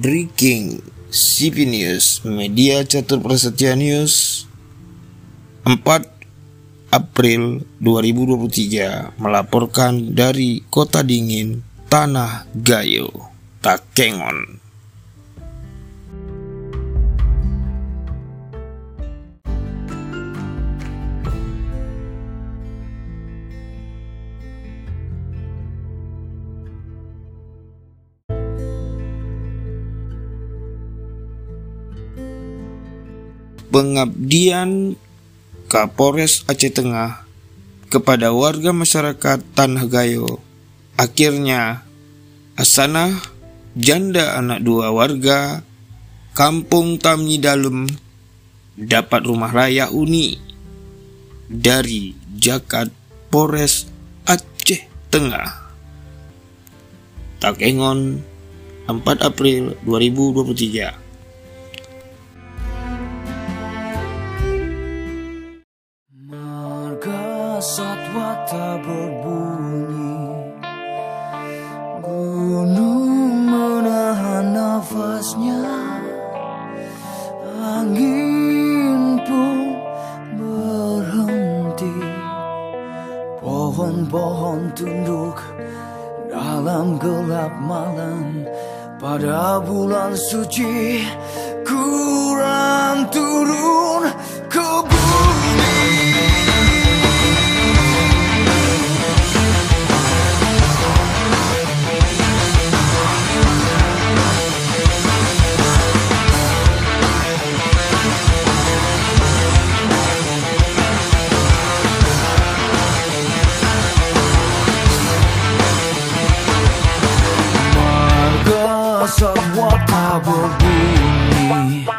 Breaking CP News, Media Catur Prasetya News, 4 April 2023 melaporkan dari Kota Dingin, Tanah Gayo, Takengon. Pengabdian Kapolres Aceh Tengah kepada warga masyarakat Tanah Gayo. Akhirnya Hasanah, janda anak 2 warga Kampung Tamni Dalem, dapat rumah layak uni dari Jakat Polres Aceh Tengah. Takengon, 4 April 2023. Satwa tak berbunyi, gunung menahan nafasnya, angin pun berhenti, pohon-pohon tunduk dalam gelap malam. Pada bulan suci Quran turun ke bumi. Satwa tak berbunyi,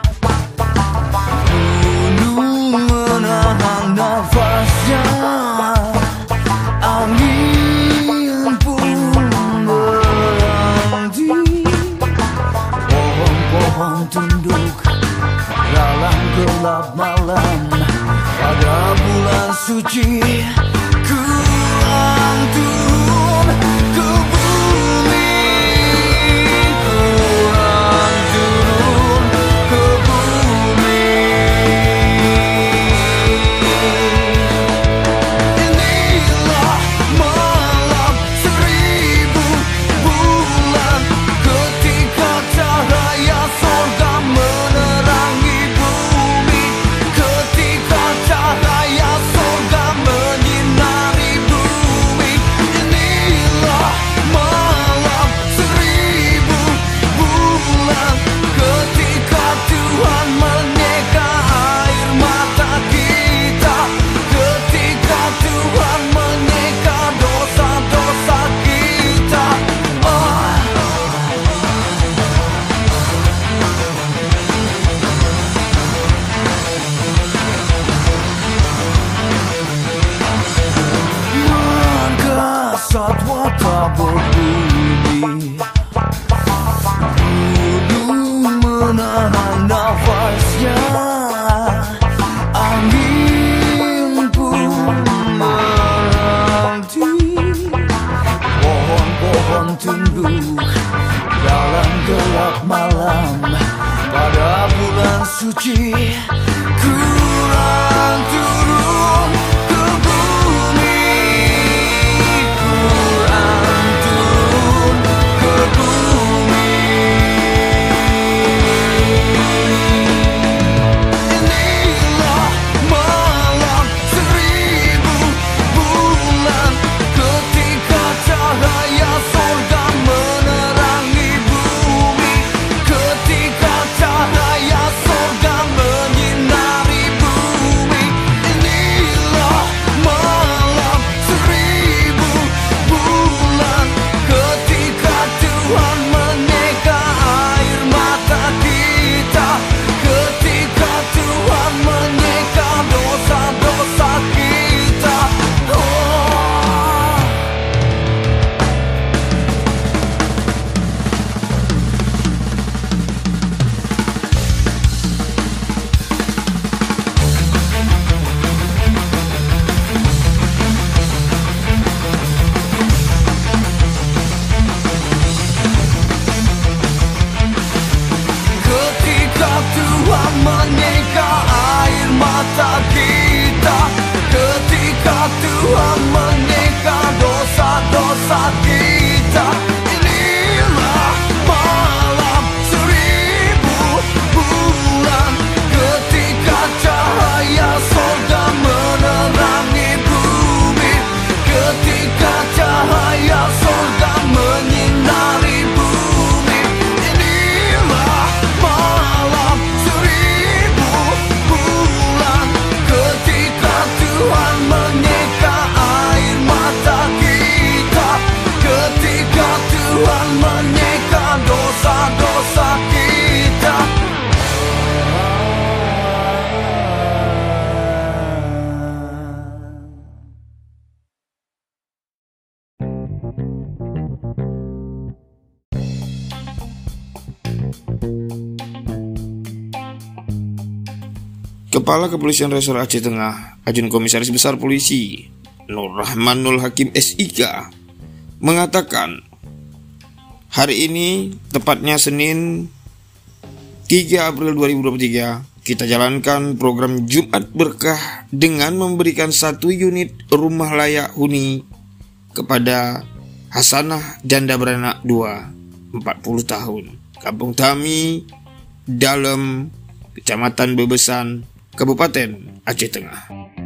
gunung menahan nafasnya, angin pun berhenti, pohon-pohon tunduk dalam gelap malam. Pada bulan suci Quran turun ke bumi. Satwa tak berbunyi, gunung menahan nafasnya, angin pun berhenti, pohon-pohon tunduk dalam gelap malam. Pada bulan suci Quran turun ke bumi. Quran turun Kepala Kepolisian Resor Aceh Tengah, Ajun Komisaris Besar Polisi Nur Rahmanul Hakim SIK mengatakan, hari ini tepatnya Senin 3 April 2023 kita jalankan program Jumat Berkah dengan memberikan 1 unit rumah layak huni kepada Hasanah Janda Beranak 2, 40 tahun, Kampung Tami, Dalem, Kecamatan Bebesan, Kabupaten Aceh Tengah.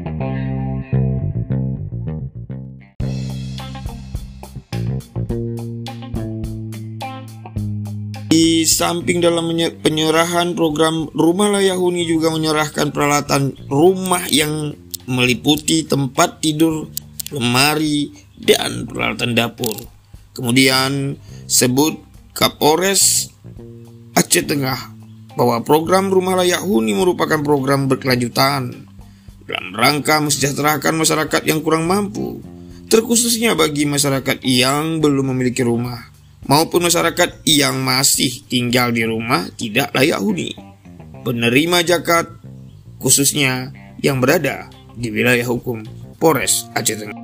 Di samping dalam penyerahan program rumah layak huni juga menyerahkan peralatan rumah yang meliputi tempat tidur, lemari, dan peralatan dapur. Kemudian sebut Kapolres Aceh Tengah bahwa program rumah layak huni merupakan program berkelanjutan dalam rangka mesejahterakan masyarakat yang kurang mampu, terkhususnya bagi masyarakat yang belum memiliki rumah maupun masyarakat yang masih tinggal di rumah tidak layak huni, penerima zakat khususnya yang berada di wilayah hukum Polres Aceh Tengah.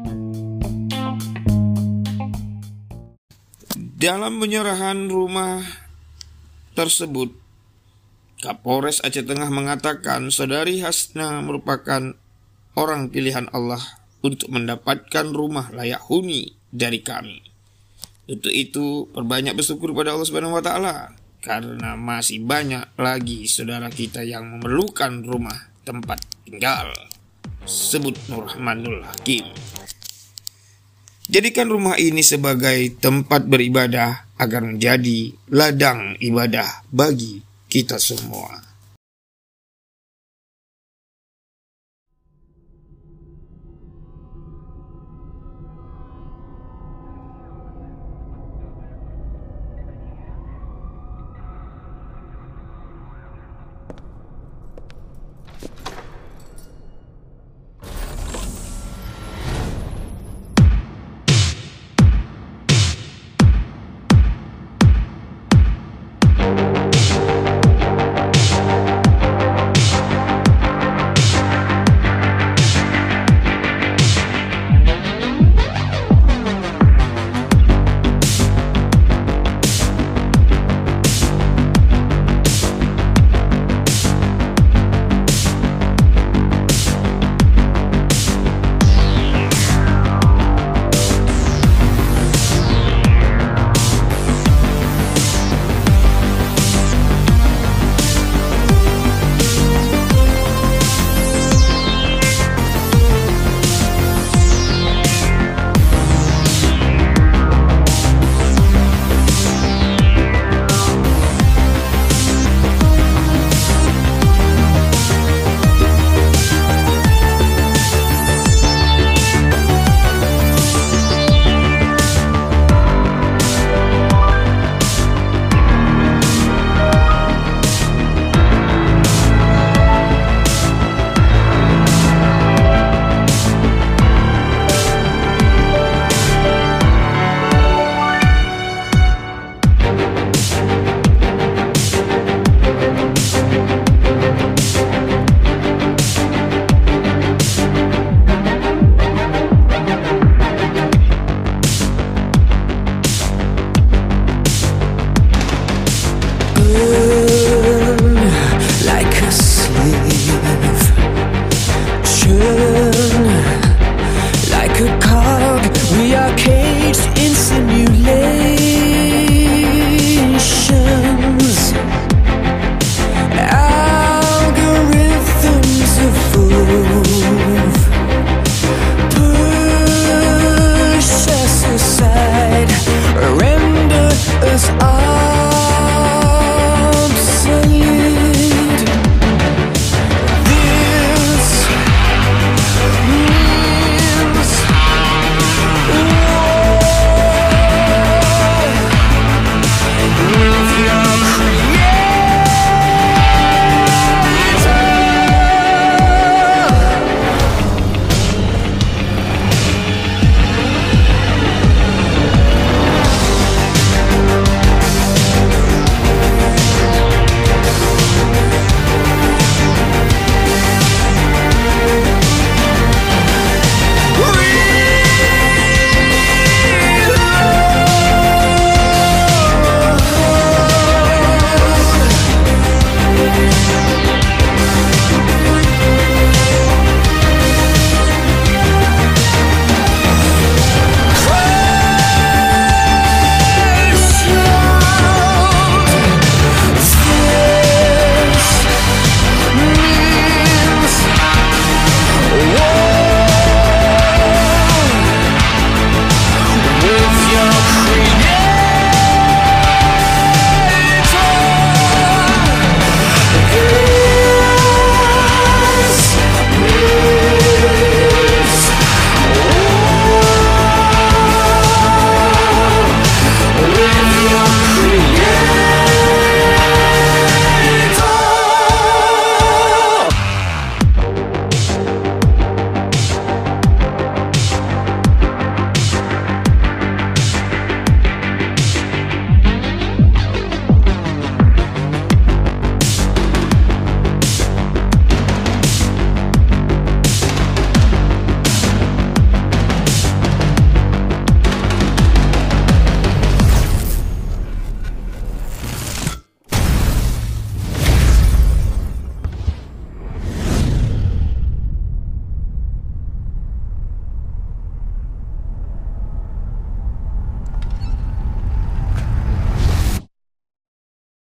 Dalam penyerahan rumah tersebut, Kapolres Aceh Tengah mengatakan saudari Hasna merupakan orang pilihan Allah untuk mendapatkan rumah layak huni dari kami. Untuk itu perbanyak bersyukur pada Allah Subhanahu wa taala karena masih banyak lagi saudara kita yang memerlukan rumah tempat tinggal. Sebut Nur Rahmanul Hakim. Jadikan rumah ini sebagai tempat beribadah agar menjadi ladang ibadah bagi kita semua.